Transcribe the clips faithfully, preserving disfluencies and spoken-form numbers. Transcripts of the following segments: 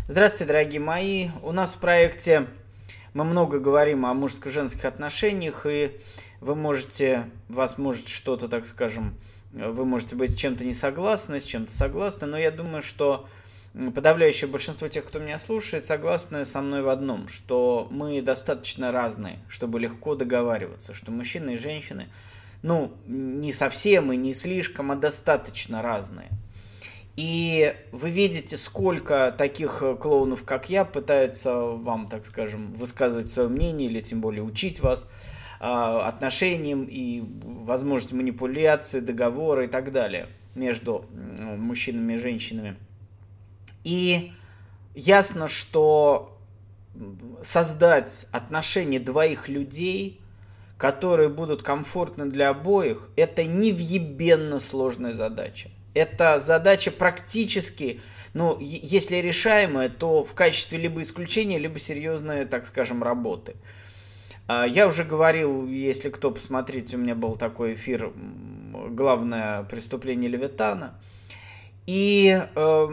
Здравствуйте, дорогие мои. У нас в проекте мы много говорим о мужско-женских отношениях, и вы можете, вас может что-то, так скажем, вы можете быть с чем-то не согласны, с чем-то согласны, но я думаю, что подавляющее большинство тех, кто меня слушает, согласны со мной в одном, что мы достаточно разные, чтобы легко договариваться, что мужчины и женщины, ну, не совсем и не слишком, а достаточно разные. И вы видите, сколько таких клоунов, как я, пытаются вам, так скажем, высказывать свое мнение или тем более учить вас э, отношениям и возможности манипуляции, договора и так далее между мужчинами и женщинами. И ясно, что создать отношения двоих людей, которые будут комфортны для обоих, это невъебенно сложная задача. Это задача практически, ну, если решаемая, то в качестве либо исключения, либо серьезной, так скажем, работы. Я уже говорил, если кто, посмотрите, у меня был такой эфир «Главное преступление Левитана». И э,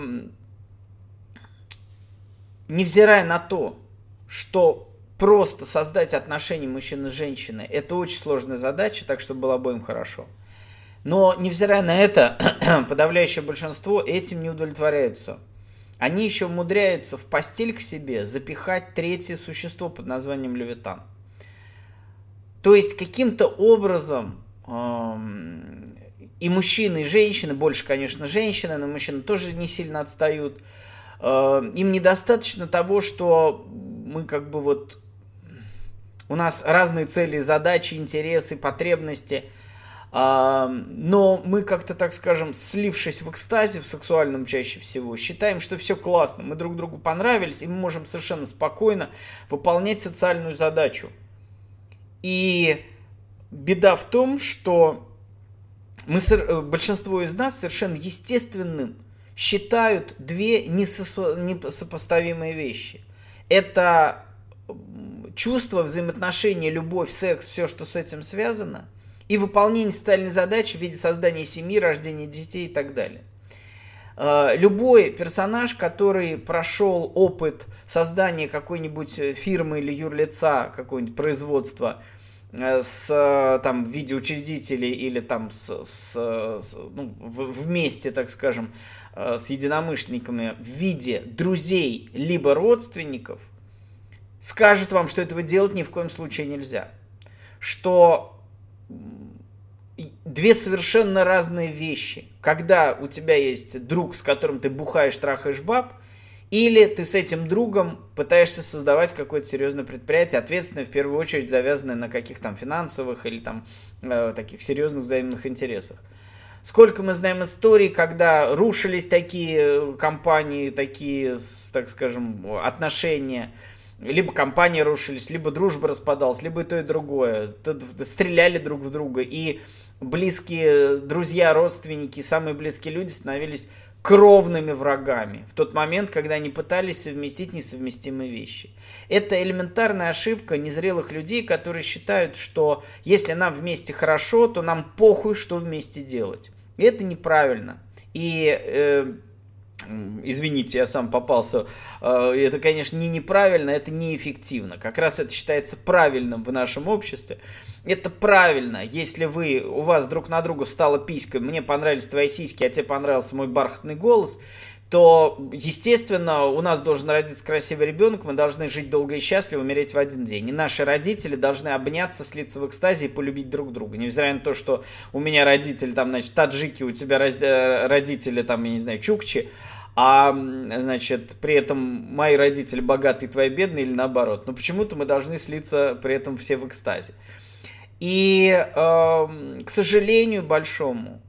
невзирая на то, что просто создать отношения мужчины и женщины, это очень сложная задача, так что было обоим хорошо. Но, невзирая на это, подавляющее большинство этим не удовлетворяются. Они еще умудряются в постель к себе запихать третье существо под названием Левитан. То есть, каким-то образом эм, и мужчины, и женщины, больше, конечно, женщины, но мужчины тоже не сильно отстают, э, им недостаточно того, что мы как бы вот... У нас разные цели, задачи, интересы, потребности... Но мы как-то, так скажем, слившись в экстазе, в сексуальном чаще всего, считаем, что все классно, мы друг другу понравились, и мы можем совершенно спокойно выполнять социальную задачу. И беда в том, что мы, большинство из нас совершенно естественным считают две несопоставимые вещи. Это чувство, взаимоотношения, любовь, секс, все, что с этим связано, и выполнение социальной задачи в виде создания семьи, рождения детей и так далее. Любой персонаж, который прошел опыт создания какой-нибудь фирмы или юрлица, какое-нибудь производства с, там, в виде учредителей или там с, с, с, ну, вместе, так скажем, с единомышленниками в виде друзей либо родственников, скажет вам, что этого делать ни в коем случае нельзя. Что две совершенно разные вещи. Когда у тебя есть друг, с которым ты бухаешь, трахаешь баб, или ты с этим другом пытаешься создавать какое-то серьезное предприятие, ответственное, в первую очередь, завязанное на каких-то там финансовых или там э, таких серьезных взаимных интересах. Сколько мы знаем историй, когда рушились такие компании, такие, так скажем, отношения, либо компании рушились, либо дружба распадалась, либо и то, и другое. Стреляли друг в друга, и близкие друзья, родственники, самые близкие люди становились кровными врагами в тот момент, когда они пытались совместить несовместимые вещи. Это элементарная ошибка незрелых людей, которые считают, что если нам вместе хорошо, то нам похуй, что вместе делать. И это неправильно. И... Э, Извините, я сам попался. Это, конечно, не неправильно, это неэффективно. Как раз это считается правильным в нашем обществе. Это правильно, если вы, у вас друг на друга встала писька, мне понравились твои сиськи, а тебе понравился мой бархатный голос, то, естественно, у нас должен родиться красивый ребенок, мы должны жить долго и счастливо, умереть в один день. И наши родители должны обняться, слиться в экстазе и полюбить друг друга. Невзирая на то, что у меня родители, там, значит, таджики, у тебя родители, там, я не знаю, чукчи, а, значит, при этом мои родители богатые, твои бедные, или наоборот. Но почему-то мы должны слиться при этом все в экстазе. И, э, к сожалению большому,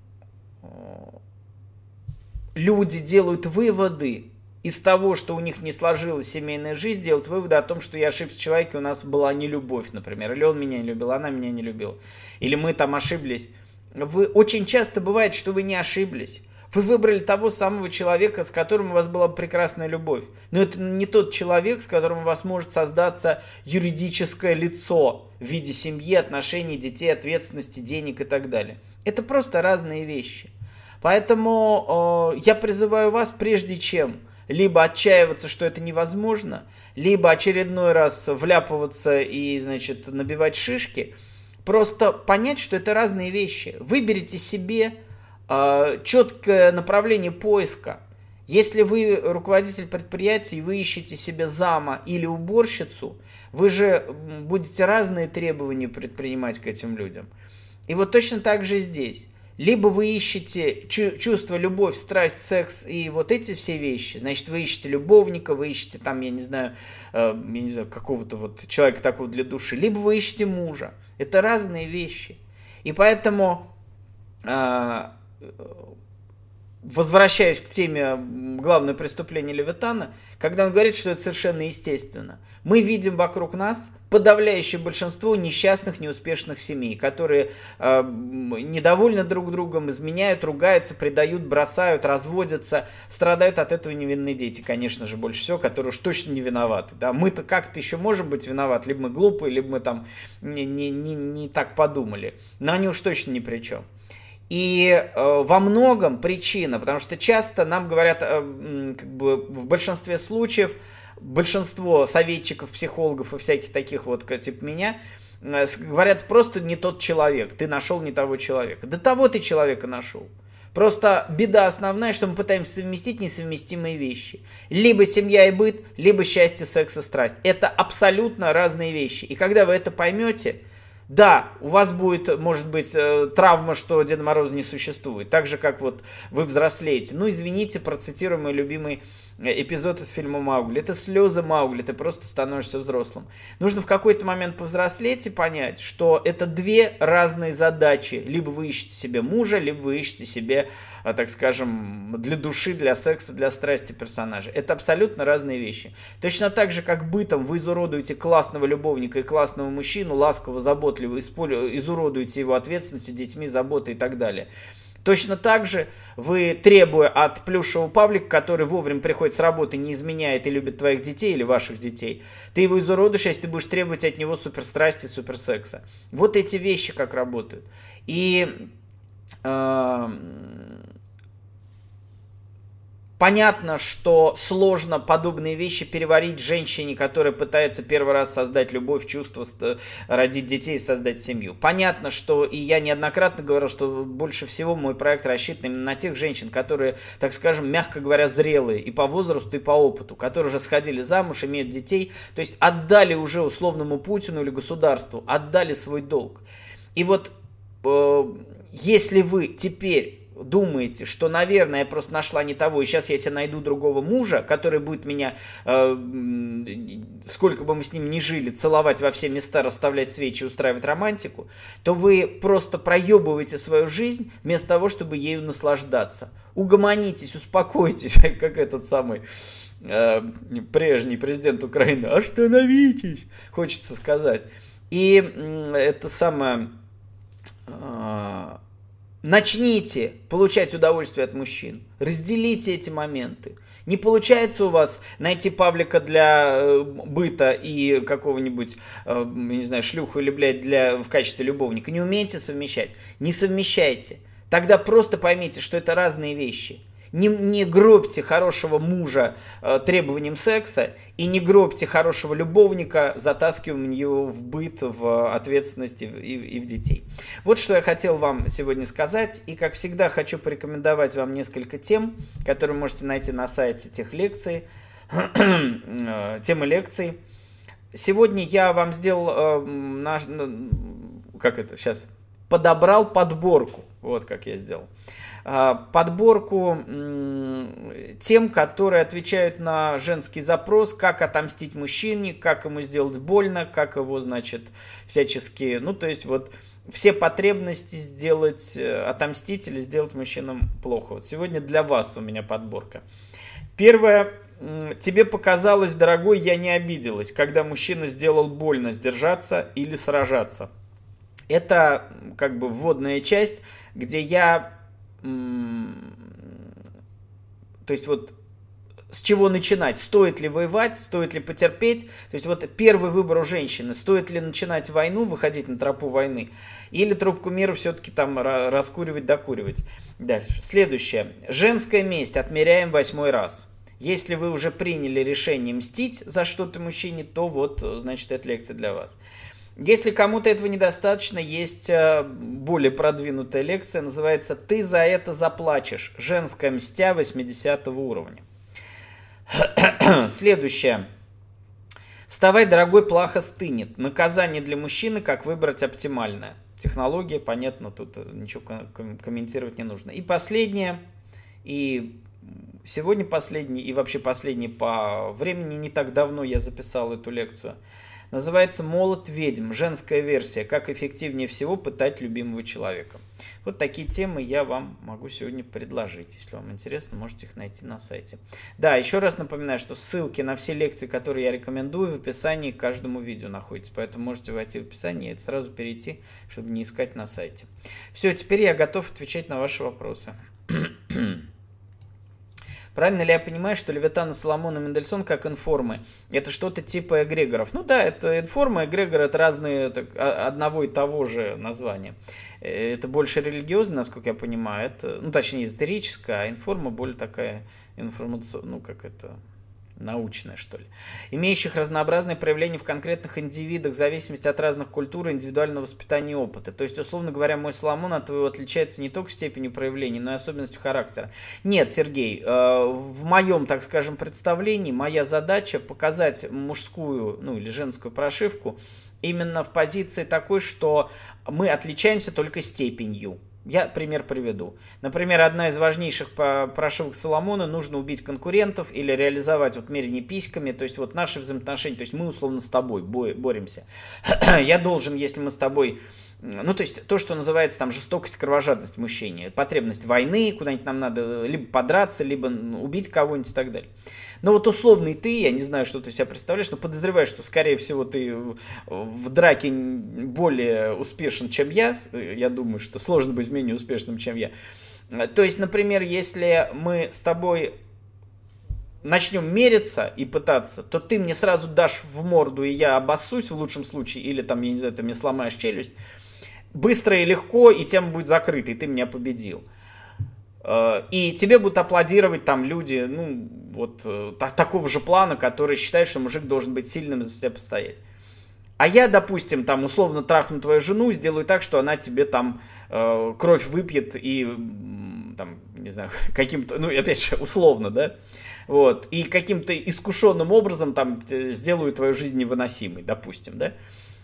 люди делают выводы из того, что у них не сложилась семейная жизнь, делают выводы о том, что я ошибся в человеке, у нас была нелюбовь, например, или он меня не любил, она меня не любила, или мы там ошиблись. Вы, очень часто бывает, что вы не ошиблись. Вы выбрали того самого человека, с которым у вас была прекрасная любовь. Но это не тот человек, с которым у вас может создаться юридическое лицо в виде семьи, отношений, детей, ответственности, денег и так далее. Это просто разные вещи. Поэтому э, я призываю вас, прежде чем либо отчаиваться, что это невозможно, либо очередной раз вляпываться и, значит, набивать шишки. Просто понять, что это разные вещи. Выберите себе э, четкое направление поиска. Если вы руководитель предприятия и вы ищете себе зама или уборщицу, вы же будете разные требования предпринимать к этим людям. И вот точно так же здесь. Либо вы ищете чувство, любовь, страсть, секс и вот эти все вещи, значит, вы ищете любовника, вы ищете там, я не знаю, э, я не знаю, какого-то вот человека такого для души, либо вы ищете мужа. Это разные вещи. И поэтому, э, возвращаюсь к теме главное преступление Левитана, когда он говорит, что это совершенно естественно. Мы видим вокруг нас подавляющее большинство несчастных, неуспешных семей, которые э, недовольны друг другом, изменяют, ругаются, предают, бросают, разводятся, страдают от этого невинные дети, конечно же, больше всего, которые уж точно не виноваты. Да? Мы-то как-то еще можем быть виноваты, либо мы глупые, либо мы там не, не, не, не так подумали, но они уж точно ни при чем. И э, во многом причина, потому что часто нам говорят, э, как бы в большинстве случаев, большинство советчиков, психологов и всяких таких вот, типа меня, э, говорят, просто не тот человек, ты нашел не того человека. Да того ты человека нашел. Просто беда основная, что мы пытаемся совместить несовместимые вещи. Либо семья и быт, либо счастье, секс и страсть. Это абсолютно разные вещи. И когда вы это поймете... Да, у вас будет, может быть, травма, что Деда Мороза не существует. Так же, как вот вы взрослеете. Ну, извините, процитирую мой любимый эпизод из фильма «Маугли». Это слезы Маугли, ты просто становишься взрослым. Нужно в какой-то момент повзрослеть и понять, что это две разные задачи. Либо вы ищете себе мужа, либо вы ищете себе, так скажем, для души, для секса, для страсти персонажа. Это абсолютно разные вещи. Точно так же, как бытом вы изуродуете классного любовника и классного мужчину, ласково, заботливо, изуродуете его ответственностью, детьми, заботой и так далее. Точно так же вы, требуя от плюшевого Павлика, который вовремя приходит с работы, не изменяет и любит твоих детей или ваших детей, ты его изуродуешь, если ты будешь требовать от него суперстрасти, суперсекса. Вот эти вещи как работают. И э, понятно, что сложно подобные вещи переварить женщине, которая пытается первый раз создать любовь, чувство, родить детей и создать семью. Понятно, что, и я неоднократно говорил, что больше всего мой проект рассчитан именно на тех женщин, которые, так скажем, мягко говоря, зрелые и по возрасту, и по опыту, которые уже сходили замуж, имеют детей, то есть отдали уже условному Путину или государству, отдали свой долг. И вот э, если вы теперь думаете, что, наверное, я просто нашла не того, и сейчас я себе найду другого мужа, который будет меня, э, сколько бы мы с ним ни жили, целовать во все места, расставлять свечи, устраивать романтику, то вы просто проебываете свою жизнь вместо того, чтобы ею наслаждаться. Угомонитесь, успокойтесь, как этот самый э, прежний президент Украины. Остановитесь, хочется сказать. И э, это самое... Э, Начните получать удовольствие от мужчин. Разделите эти моменты. Не получается у вас найти Павлика для э, быта и какого-нибудь, э, не знаю, шлюху или, блядь, для, в качестве любовника. Не умеете совмещать? Не совмещайте. Тогда просто поймите, что это разные вещи. Не, не гробьте хорошего мужа э, требованием секса и не гробьте хорошего любовника затаскиванием его в быт, в ответственность и, и, и в детей. Вот что я хотел вам сегодня сказать. И, как всегда, хочу порекомендовать вам несколько тем, которые можете найти на сайте тех лекций, темы лекций. Сегодня я вам сделал, э, наш, как это сейчас, подобрал подборку. Вот как я сделал. Подборку тем, которые отвечают на женский запрос, как отомстить мужчине, как ему сделать больно, как его, значит, всячески, ну, то есть вот все потребности сделать, отомстить или сделать мужчинам плохо. Вот сегодня для вас у меня подборка. Первое. Тебе показалось, дорогой, я не обиделась, когда мужчина сделал больно сдержаться или сражаться. Это как бы вводная часть, где я... То есть вот с чего начинать? Стоит ли воевать? Стоит ли потерпеть? То есть вот первый выбор у женщины. Стоит ли начинать войну, выходить на тропу войны? Или трубку мира все-таки там раскуривать, докуривать? Дальше. Следующее. Женская месть. Отмеряем восьмой раз. Если вы уже приняли решение мстить за что-то мужчине, то вот, значит, эта лекция для вас. Если кому-то этого недостаточно, есть более продвинутая лекция, называется «Ты за это заплачешь. Женская мстя восьмидесятого уровня». Следующее. Вставай, дорогой, плохо стынет. Наказание для мужчины, как выбрать оптимальное. Технология, понятно, тут ничего комментировать не нужно. И последнее, и сегодня последний, и вообще последний по времени, не так давно я записал эту лекцию. Называется «Молот ведьм. Женская версия. Как эффективнее всего пытать любимого человека». Вот такие темы я вам могу сегодня предложить. Если вам интересно, можете их найти на сайте. Да, еще раз напоминаю, что ссылки на все лекции, которые я рекомендую, в описании к каждому видео находятся. Поэтому можете войти в описание и сразу перейти, чтобы не искать на сайте. Все, теперь я готов отвечать на ваши вопросы. Правильно ли я понимаю, что Левитан, Соломон и Мендельсон как информы? Это что-то типа эгрегоров? Ну да, это информы, эгрегор, это разные, это одного и того же названия. Это больше религиозно, насколько я понимаю. Это, ну, точнее, эзотерическая, а информа более такая информационная, ну, как это, научная, что ли. Имеющих разнообразные проявления в конкретных индивидах в зависимости от разных культур, индивидуального воспитания и опыта. То есть, условно говоря, мой Соломон от твоего отличается не только степенью проявлений, но и особенностью характера. Нет, Сергей, в моем, так скажем, представлении моя задача показать мужскую, ну, или женскую прошивку именно в позиции такой, что мы отличаемся только степенью. Я пример приведу. Например, одна из важнейших прошивок Соломона: нужно убить конкурентов или реализовать вот мерение письками, то есть вот наши взаимоотношения, то есть мы условно с тобой боремся. Я должен, если мы с тобой, ну то есть то, что называется там жестокость, кровожадность в мужчине, потребность войны, куда-нибудь нам надо либо подраться, либо убить кого-нибудь и так далее. Но вот условный ты, я не знаю, что ты себя представляешь, но подозреваю, что, скорее всего, ты в драке более успешен, чем я. Я думаю, что сложно быть менее успешным, чем я. То есть, например, если мы с тобой начнем мериться и пытаться, то ты мне сразу дашь в морду, и я обоссусь в лучшем случае, или там, я не знаю, ты мне сломаешь челюсть. Быстро и легко, и тема будет закрыта, и ты меня победил. И тебе будут аплодировать там люди, ну, вот так, такого же плана, которые считают, что мужик должен быть сильным и за себя постоять. А я, допустим, там условно трахну твою жену, сделаю так, что она тебе там э, кровь выпьет и, там, не знаю, каким-то, ну, опять же, условно, да, вот, и каким-то искушенным образом там сделаю твою жизнь невыносимой, допустим, да.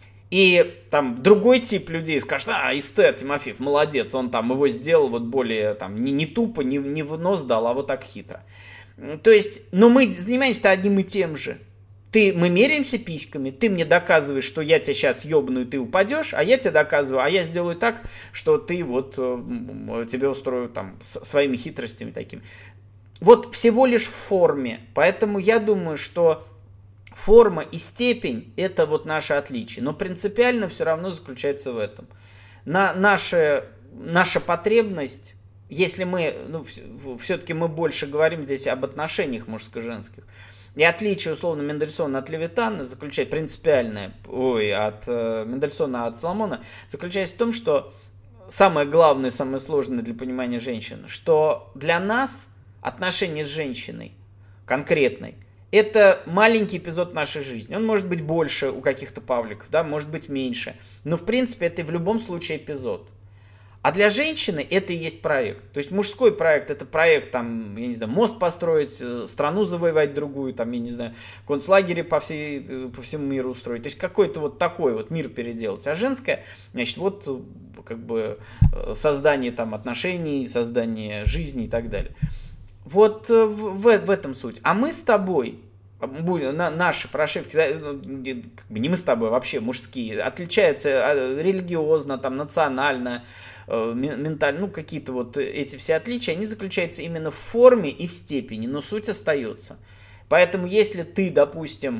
И там другой тип людей скажет: а, эстет Тимофеев, молодец, он там его сделал вот более, там, не, не тупо, не, не в нос дал, а вот так хитро. То есть, но мы занимаемся одним и тем же. Ты, мы меряемся письками, ты мне доказываешь, что я тебя сейчас ебну, и ты упадешь, а я тебе доказываю, а я сделаю так, что ты вот, тебе устрою там своими хитростями такими. Вот всего лишь в форме, поэтому я думаю, что форма и степень – это вот наше отличие. Но принципиально все равно заключается в этом. На, наша, наша потребность, если мы, ну, все-таки мы больше говорим здесь об отношениях мужско-женских, и отличие, условно, Мендельсона от Левитана заключается, принципиальное, ой, от э, Мендельсона от Соломона, заключается в том, что самое главное, самое сложное для понимания женщины, что для нас отношения с женщиной конкретной — это маленький эпизод нашей жизни. Он может быть больше у каких-то павликов, да, может быть меньше. Но в принципе это в любом случае эпизод. А для женщины это и есть проект. То есть мужской проект — это проект, там, я не знаю, мост построить, страну завоевать другую, там, я не знаю, концлагеря по, всей, по всему миру устроить. То есть какой-то вот такой вот мир переделать. А женское, значит, вот как бы создание там отношений, создание жизни и так далее. Вот в, в, в этом суть. А мы с тобой, на, наши прошивки, не мы с тобой, вообще мужские, отличаются религиозно, там, национально, ментально, ну какие-то вот эти все отличия, они заключаются именно в форме и в степени, но суть остается. Поэтому если ты, допустим,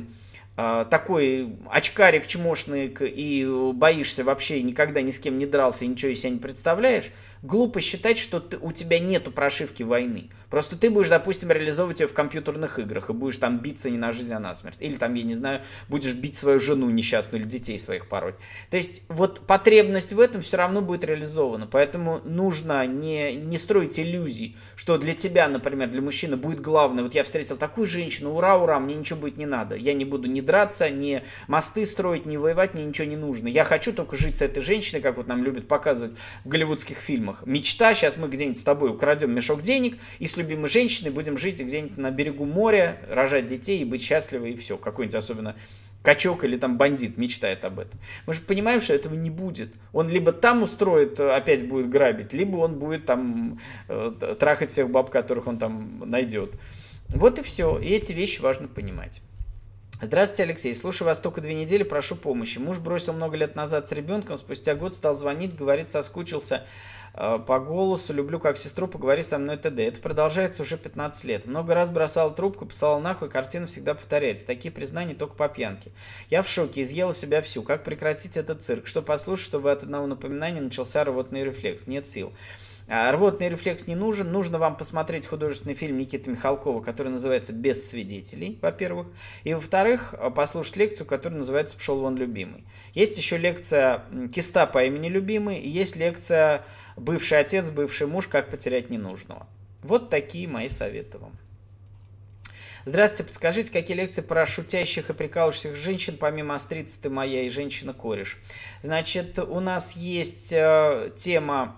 такой очкарик, чмошник и боишься вообще, никогда ни с кем не дрался и ничего из себя не представляешь, глупо считать, что ты, у тебя нету прошивки войны. Просто ты будешь, допустим, реализовывать ее в компьютерных играх и будешь там биться не на жизнь, а на смерть. Или там, я не знаю, будешь бить свою жену несчастную или детей своих пороть. То есть вот потребность в этом все равно будет реализована. Поэтому нужно не, не строить иллюзий, что для тебя, например, для мужчины будет главное. Вот я встретил такую женщину, ура, ура, мне ничего будет не надо. Я не буду ни драться, ни мосты строить, ни воевать, мне ничего не нужно. Я хочу только жить с этой женщиной, как вот нам любят показывать в голливудских фильмах. Мечта, сейчас мы где-нибудь с тобой украдем мешок денег и с любимой женщиной будем жить где-нибудь на берегу моря, рожать детей и быть счастливы, и все. Какой-нибудь особенно качок или там бандит мечтает об этом. Мы же понимаем, что этого не будет. Он либо там устроит, опять будет грабить, либо он будет там э, трахать всех баб, которых он там найдет. Вот и все. И эти вещи важно понимать. Здравствуйте, Алексей. Слушаю вас только две недели, прошу помощи. Муж бросил много лет назад с ребенком, спустя год стал звонить, говорит, соскучился э, по голосу, люблю как сестру, поговори со мной, т.д. Это продолжается уже пятнадцать лет. Много раз бросал трубку, писал нахуй, картина всегда повторяется. Такие признания только по пьянке. Я в шоке, изъела себя всю. Как прекратить этот цирк? Что послушать, чтобы от одного напоминания начался рвотный рефлекс? Нет сил. Рвотный рефлекс не нужен. Нужно вам посмотреть художественный фильм Никиты Михалкова, который называется «Без свидетелей», во-первых. И, во-вторых, послушать лекцию, которая называется «Пшел вон, любимый». Есть еще лекция киста по имени Любимый, и есть лекция «Бывший отец, бывший муж. Как потерять ненужного». Вот такие мои советы вам. Здравствуйте, подскажите, какие лекции про шутящих и прикалывающих женщин, помимо «Острица ты моя» и «Женщина-кореш». Значит, у нас есть э, тема...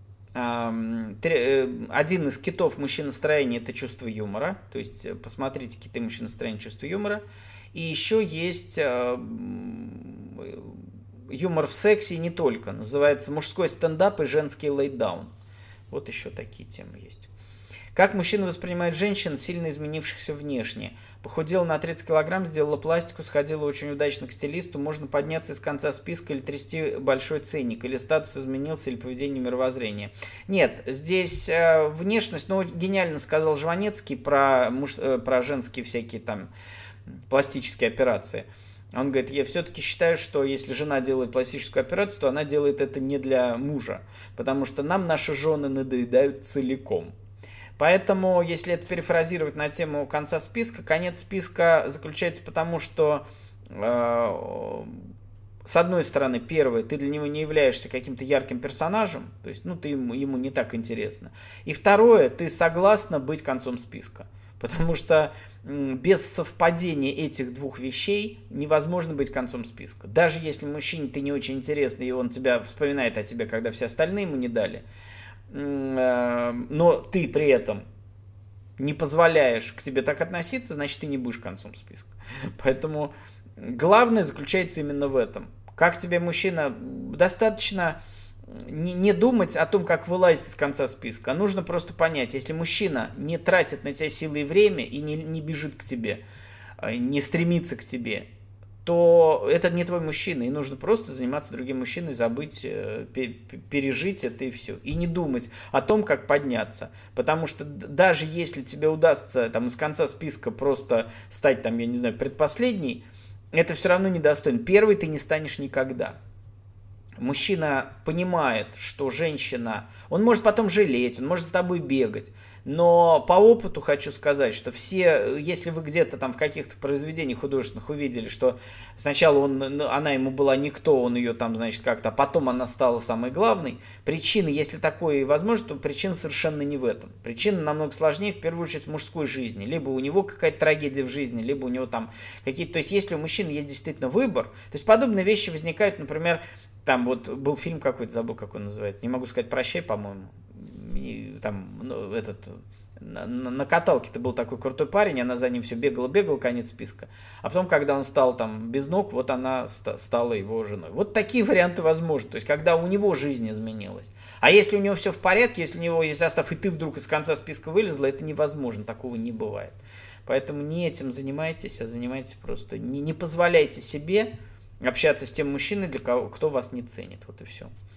Один из китов мужчиностроения – это чувство юмора. То есть посмотрите киты мужчиностроения, чувство юмора. И еще есть юмор в сексе и не только. Называется мужской стендап и женский лейдаун. Вот еще такие темы есть. Как мужчины воспринимают женщин, сильно изменившихся внешне? Похудела на тридцать килограмм, сделала пластику, сходила очень удачно к стилисту. Можно подняться из конца списка или трясти большой ценник, или статус изменился, или поведение мировоззрения. Нет, здесь э, внешность, ну, гениально сказал Жванецкий про, муж, э, про женские всякие там пластические операции. Он говорит, я все-таки считаю, что если жена делает пластическую операцию, то она делает это не для мужа, потому что нам наши жены надоедают целиком. Поэтому, если это перефразировать на тему конца списка, конец списка заключается потому, что э, с одной стороны, первое, ты для него не являешься каким-то ярким персонажем, то есть, ну, ты ему, ему не так интересно. И второе, ты согласна быть концом списка, потому что м, без совпадения этих двух вещей невозможно быть концом списка. Даже если мужчине ты не очень интересный, и он тебя вспоминает о тебе, когда все остальные ему не дали, но ты при этом не позволяешь к тебе так относиться, значит, ты не будешь концом списка. Поэтому главное заключается именно в этом. Как тебе мужчина, достаточно не, не думать о том, как вылазить из конца списка. Нужно просто понять, если мужчина не тратит на тебя силы и время и не, не бежит к тебе, не стремится к тебе, то это не твой мужчина, и нужно просто заниматься другим мужчиной, забыть, пережить это и все. И не думать о том, как подняться. Потому что даже если тебе удастся там, из конца списка просто стать, там, я не знаю, предпоследней, это все равно недостойно. Первый ты не станешь никогда. Мужчина понимает, что женщина, он может потом жалеть, он может с тобой бегать, но по опыту хочу сказать, что все, если вы где-то там в каких-то произведениях художественных увидели, что сначала он, она ему была никто, он ее там, значит, как-то, а потом она стала самой главной, причина, если такое возможно, то причина совершенно не в этом. Причина намного сложнее, в первую очередь, в мужской жизни. Либо у него какая-то трагедия в жизни, либо у него там какие-то, то есть если у мужчины есть действительно выбор, то есть подобные вещи возникают, например, там вот был фильм какой-то, забыл, как он называется. Не могу сказать «Прощай», по-моему. И там ну, этот на, на каталке-то был такой крутой парень, она за ним все бегала-бегала, конец списка. А потом, когда он стал там без ног, вот она ст- стала его женой. Вот такие варианты возможны. То есть, когда у него жизнь изменилась. А если у него все в порядке, если у него есть состав, и ты вдруг из конца списка вылезла, это невозможно, такого не бывает. Поэтому не этим занимайтесь, а занимайтесь просто. Не, не позволяйте себе общаться с тем мужчиной, для кого, кто вас не ценит. Вот и все.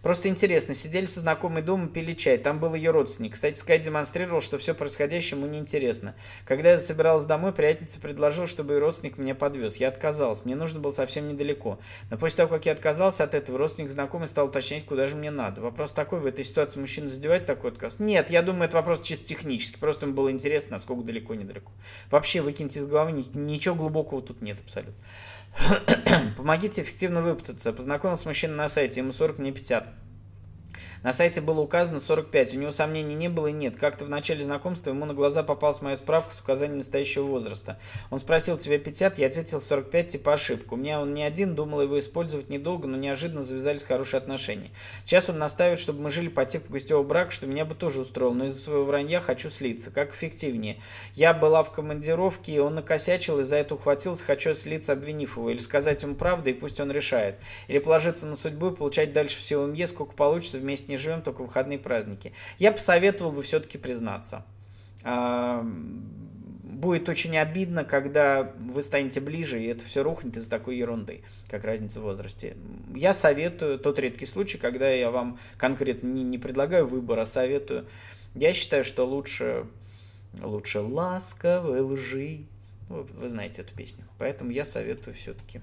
Просто интересно, сидели со знакомой дома, пили чай, там был ее родственник. Кстати сказать, демонстрировал, что все происходящее ему неинтересно. Когда я собиралась домой, приятельница предложила, чтобы и родственник меня подвез. Я отказалась, мне нужно было совсем недалеко. Но после того, как я отказался от этого, родственник знакомый стал уточнять, куда же мне надо. Вопрос такой, в этой ситуации мужчину задевать такой отказ? Нет, я думаю, это вопрос чисто технический. Просто ему было интересно, насколько далеко-недалеко. Вообще, выкиньте из головы, ничего глубокого тут нет абсолютно. Помогите эффективно выпутаться. Познакомился с мужчиной на сайте, ему сорок, мне пятьдесят. На сайте было указано сорок пять, у него сомнений не было и нет. Как-то в начале знакомства ему на глаза попалась моя справка с указанием настоящего возраста. Он спросил, тебе пятьдесят, я ответил сорок пять, типа ошибка. У меня он не один, думал его использовать недолго, но неожиданно завязались хорошие отношения. Сейчас он настаивает, чтобы мы жили по типу гостевого брака, что меня бы тоже устроило, но из-за своего вранья хочу слиться. Как эффективнее? Я была в командировке, он накосячил, и за это ухватился, хочу слиться, обвинив его. Или сказать ему правду, и пусть он решает. Или положиться на судьбу и получать дальше все ОМЕ, сколько получится, вместе не живем, только в выходные праздники. Я посоветовал бы все-таки признаться. Будет очень обидно, когда вы станете ближе, и это все рухнет из-за такой ерунды, как разница в возрасте. Я советую, тот редкий случай, когда я вам конкретно не, не предлагаю выбор, а советую. Я считаю, что лучше, лучше ласковой лжи. Вы, вы знаете эту песню. Поэтому я советую все-таки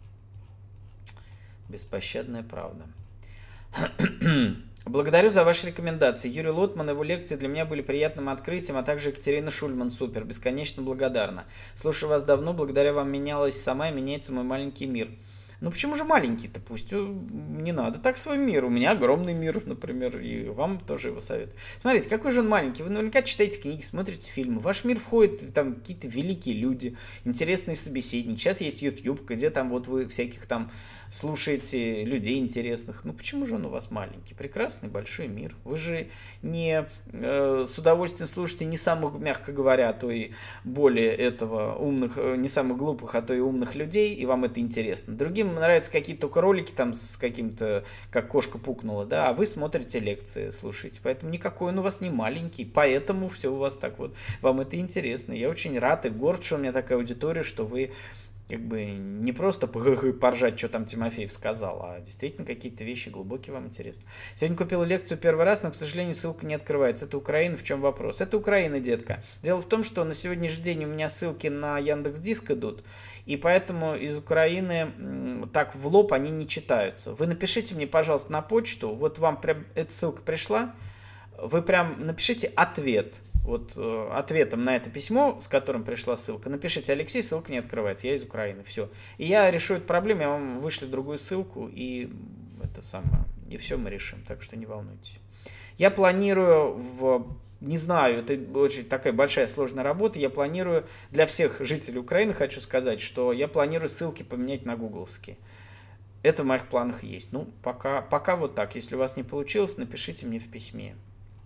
беспощадная правда. Благодарю за ваши рекомендации. Юрий Лотман, его лекции для меня были приятным открытием, а также Екатерина Шульман, супер, бесконечно благодарна. Слушаю вас давно, благодаря вам менялась сама и меняется мой маленький мир. Ну почему же маленький-то? Пусть не надо так свой мир. У меня огромный мир, например, и вам тоже его советую. Смотрите, какой же он маленький. Вы наверняка читаете книги, смотрите фильмы. В ваш мир входят там какие-то великие люди, интересные собеседники. Сейчас есть YouTube, где там вот вы всяких там слушаете людей интересных. Ну почему же он у вас маленький? Прекрасный большой мир. Вы же не э, с удовольствием слушаете не самых, мягко говоря, а то и более этого умных, не самых глупых, а то и умных людей, и вам это интересно. Другим нравятся какие-то только ролики там с каким-то, как кошка пукнула, да, а вы смотрите лекции, слушаете. Поэтому никакой он у вас не маленький, поэтому все у вас так вот. Вам это интересно. Я очень рад и горд, что у меня такая аудитория, что вы как бы не просто поржать, что там Тимофеев сказал, а действительно какие-то вещи глубокие вам интересны. Сегодня купила лекцию первый раз, но, к сожалению, ссылка не открывается. Это Украина, в чем вопрос? Это Украина, детка. Дело в том, что на сегодняшний день у меня ссылки на Яндекс.Диск идут, и поэтому из Украины так в лоб они не читаются. Вы напишите мне, пожалуйста, на почту, вот вам прям эта ссылка пришла, вы прям напишите ответ. Вот э, ответом на это письмо, с которым пришла ссылка, напишите: Алексей, ссылка не открывается, я из Украины, все. И я решу эту проблему, я вам вышлю другую ссылку, и это самое, и все мы решим, так что не волнуйтесь. Я планирую, в, не знаю, это очень такая большая сложная работа, я планирую, для всех жителей Украины хочу сказать, что я планирую ссылки поменять на гугловские. Это в моих планах есть. Ну, пока, пока вот так. Если у вас не получилось, напишите мне в письме.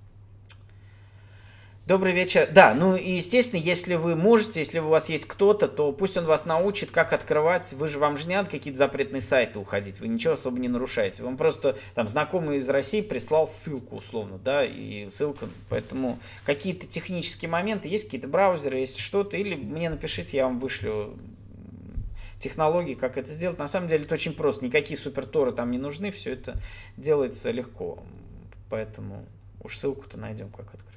Добрый вечер. Да, ну и естественно, если вы можете, если у вас есть кто-то, то пусть он вас научит, как открывать. Вы же, вам же не надо какие-то запретные сайты уходить, вы ничего особо не нарушаете. Вам просто там знакомый из России прислал ссылку условно, да, и ссылка, поэтому какие-то технические моменты, есть какие-то браузеры, есть что-то, или мне напишите, я вам вышлю технологии, как это сделать. На самом деле это очень просто, никакие суперторы там не нужны, все это делается легко, поэтому уж ссылку-то найдем, как открыть.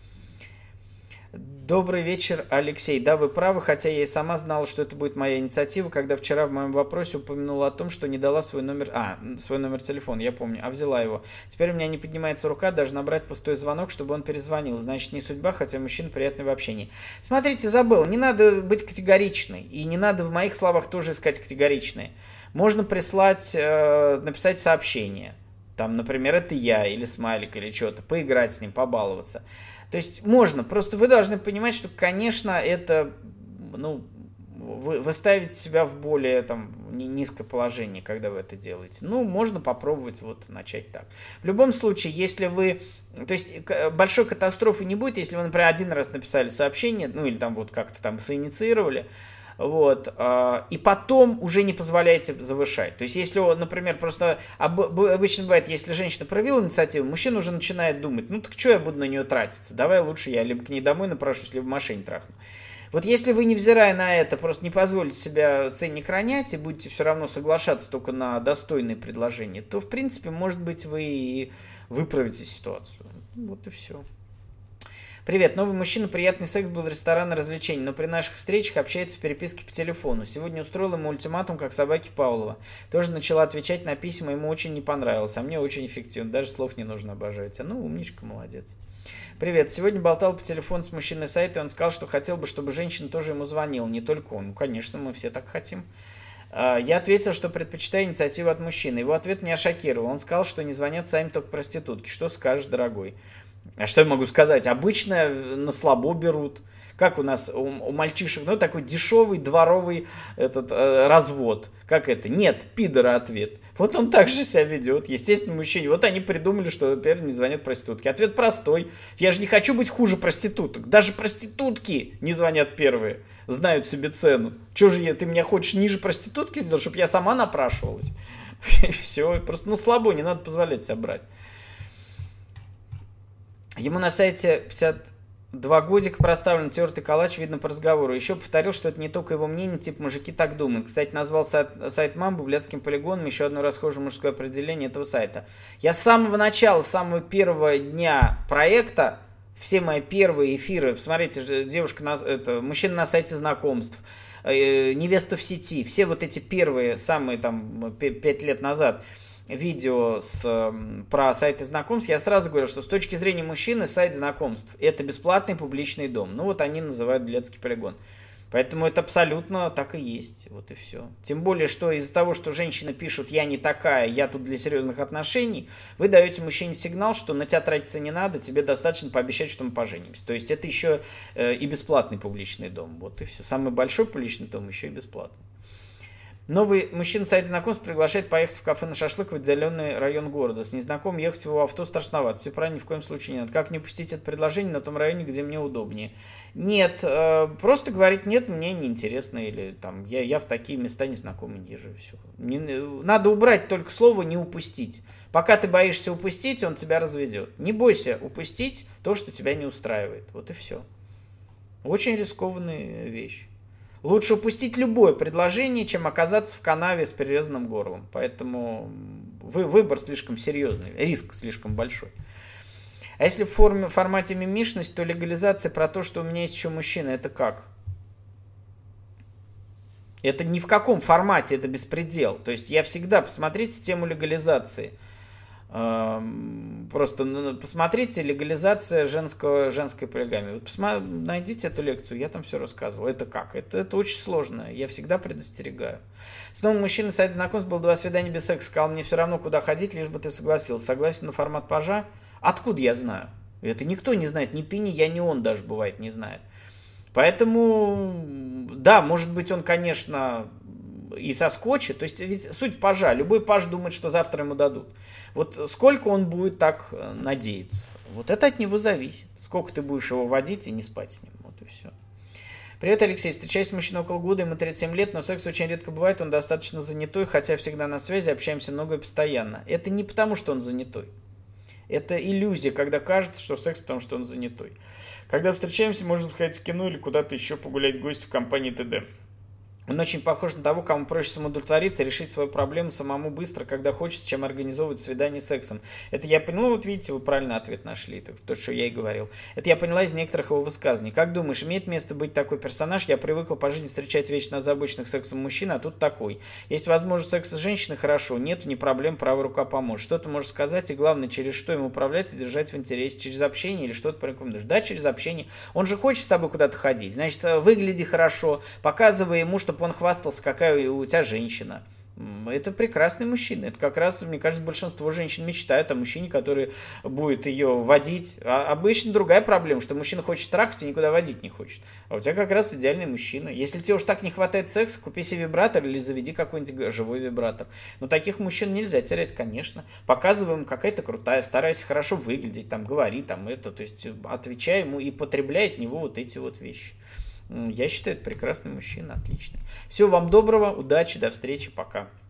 Добрый вечер, Алексей. Да, вы правы, хотя я и сама знала, что это будет моя инициатива, когда вчера в моем вопросе упомянула о том, что не дала свой номер, а, свой номер телефона, я помню, а взяла его. Теперь у меня не поднимается рука даже набрать пустой звонок, чтобы он перезвонил. Значит, не судьба, хотя мужчина приятный в общении. Смотрите, забыл, не надо быть категоричной, и не надо в моих словах тоже искать категоричные. Можно прислать, э, написать сообщение, там, например, это я, или смайлик, или что-то, поиграть с ним, побаловаться. То есть можно, просто вы должны понимать, что, конечно, это, ну, вы, вы ставите себя в более там низкое положение, когда вы это делаете. Ну, можно попробовать вот начать так. В любом случае, если вы, то есть большой катастрофы не будет, если вы, например, один раз написали сообщение, ну, или там вот как-то там соинициировали, вот, и потом уже не позволяете завышать. То есть, если, например, просто обычно бывает, если женщина проявила инициативу, мужчина уже начинает думать, ну так что я буду на нее тратиться, давай лучше я либо к ней домой напрошусь, либо в машине трахну. Вот если вы, невзирая на это, просто не позволите себя ценник ронять и будете все равно соглашаться только на достойные предложения, то, в принципе, может быть, вы и выправите ситуацию. Вот и все. Привет, новый мужчина, приятный секс был, ресторан и развлечений, но при наших встречах общается в переписке по телефону. Сегодня устроил ему ультиматум, как собаке Павлова. Тоже начала отвечать на письма, ему очень не понравилось, а мне очень эффективно, даже слов не нужно обожать. А ну, умничка, молодец. Привет, сегодня болтал по телефону с мужчиной сайта, и он сказал, что хотел бы, чтобы женщина тоже ему звонила, не только он. Ну, конечно, мы все так хотим. Я ответил, что предпочитаю инициативу от мужчины. Его ответ меня шокировал. Он сказал, что не звонят сами только проститутки. Что скажешь, дорогой? А что я могу сказать? Обычно на слабо берут. Как у нас у, у мальчишек, ну, такой дешевый дворовый этот э, развод. Как это? Нет, пидора ответ. Вот он так же себя ведет. Естественно, мужчине. Вот они придумали, что теперь не звонят проститутки. Ответ простой. Я же не хочу быть хуже проституток. Даже проститутки не звонят первые. Знают себе цену. Че же я, ты меня хочешь ниже проститутки сделать, чтобы я сама напрашивалась? Все, просто на слабо, не надо позволять себя брать. Ему на сайте пятьдесят два годика проставлен тертый калач, видно по разговору. Еще повторил, что это не только его мнение, типа мужики так думают. Кстати, назвал сайт, сайт Мамбу блядским полигоном, еще одно расхожее мужское определение этого сайта. Я с самого начала, с самого первого дня проекта, все мои первые эфиры, посмотрите, девушка, на, это, мужчина на сайте знакомств, э, невеста в сети, все вот эти первые, самые там пять лет назад, видео с, про сайты знакомств, я сразу говорю, что с точки зрения мужчины сайт знакомств это бесплатный публичный дом. Ну вот они называют блядский полигон. Поэтому это абсолютно так и есть. Вот и все. Тем более, что из-за того, что женщины пишут «я не такая, я тут для серьезных отношений», вы даете мужчине сигнал, что на тебя тратиться не надо, тебе достаточно пообещать, что мы поженимся. То есть это еще э, и бесплатный публичный дом. Вот и все. Самый большой публичный дом еще и бесплатный. Новый мужчина сайт знакомств приглашает поехать в кафе на шашлык в отдаленный район города. С незнакомым ехать в его авто страшновато. Все правильно, ни в коем случае не надо. Как не упустить это предложение на том районе, где мне удобнее? Нет, э, просто говорить нет, мне неинтересно. Или там я, я в такие места незнакомые не езжу. Все. Не, надо убрать только слово «не упустить». Пока ты боишься упустить, он тебя разведет. Не бойся упустить то, что тебя не устраивает. Вот и все. Очень рискованная вещь. Лучше упустить любое предложение, чем оказаться в канаве с перерезанным горлом. Поэтому вы, выбор слишком серьезный, риск слишком большой. А если в форме, формате мимишность, то легализация про то, что у меня есть еще мужчина, это как? Это ни в каком формате, это беспредел. То есть я всегда, посмотрите тему легализации. Просто посмотрите легализация женского, женской полигамии. Вот посмотри, найдите эту лекцию, я там все рассказывал. Это как? Это, это очень сложно, я всегда предостерегаю. С новым мужчиной сайт знакомств был два свидания без секса. Сказал, мне все равно, куда ходить, лишь бы ты согласился. Согласен на формат пажа? Откуда я знаю? Это никто не знает, ни ты, ни я, ни он даже бывает не знает. Поэтому, да, может быть, он, конечно, и соскочит. То есть, ведь суть пажа. Любой паж думает, что завтра ему дадут. Вот сколько он будет так надеяться. Вот это от него зависит. Сколько ты будешь его водить и не спать с ним. Вот и все. Привет, Алексей. Встречаюсь с мужчиной около года, ему тридцать семь лет, но секс очень редко бывает, он достаточно занятой, хотя всегда на связи, общаемся много и постоянно. Это не потому, что он занятой. Это иллюзия, когда кажется, что секс потому, что он занятой. Когда встречаемся, можно сходить в кино или куда-то еще погулять в гости в компании т.д. Он очень похож на того, кому проще самоудовлетвориться, решить свою проблему самому быстро, когда хочется, чем организовывать свидание сексом. Это я понял, ну вот видите, вы правильно ответ нашли, это то, что я и говорил. Это я поняла из некоторых его высказаний. Как думаешь, имеет место быть такой персонаж? Я привыкла по жизни встречать вечно озабоченных сексом мужчин, а тут такой. Есть возможность секса с женщиной, хорошо, нету, не проблем, правая рука поможет. Что ты можешь сказать и главное, через что ему управлять и держать в интересе? Через общение или что-то порекомендуешь? Да, через общение. Он же хочет с тобой куда-то ходить, значит, выгляди хорошо, показывай ему, что он хвастался, какая у тебя женщина. Это прекрасный мужчина. Это как раз, мне кажется, большинство женщин мечтают о мужчине, который будет ее водить. А обычно другая проблема, что мужчина хочет трахать и никуда водить не хочет. А у тебя как раз идеальный мужчина. Если тебе уж так не хватает секса, купи себе вибратор или заведи какой-нибудь живой вибратор. Но таких мужчин нельзя терять, конечно. Показывай ему, какая ты крутая, старайся хорошо выглядеть, там, говори, там, это, то есть отвечай ему и потребляй от него вот эти вот вещи. Я считаю, это прекрасный мужчина, отличный. Всего вам доброго, удачи, до встречи, пока.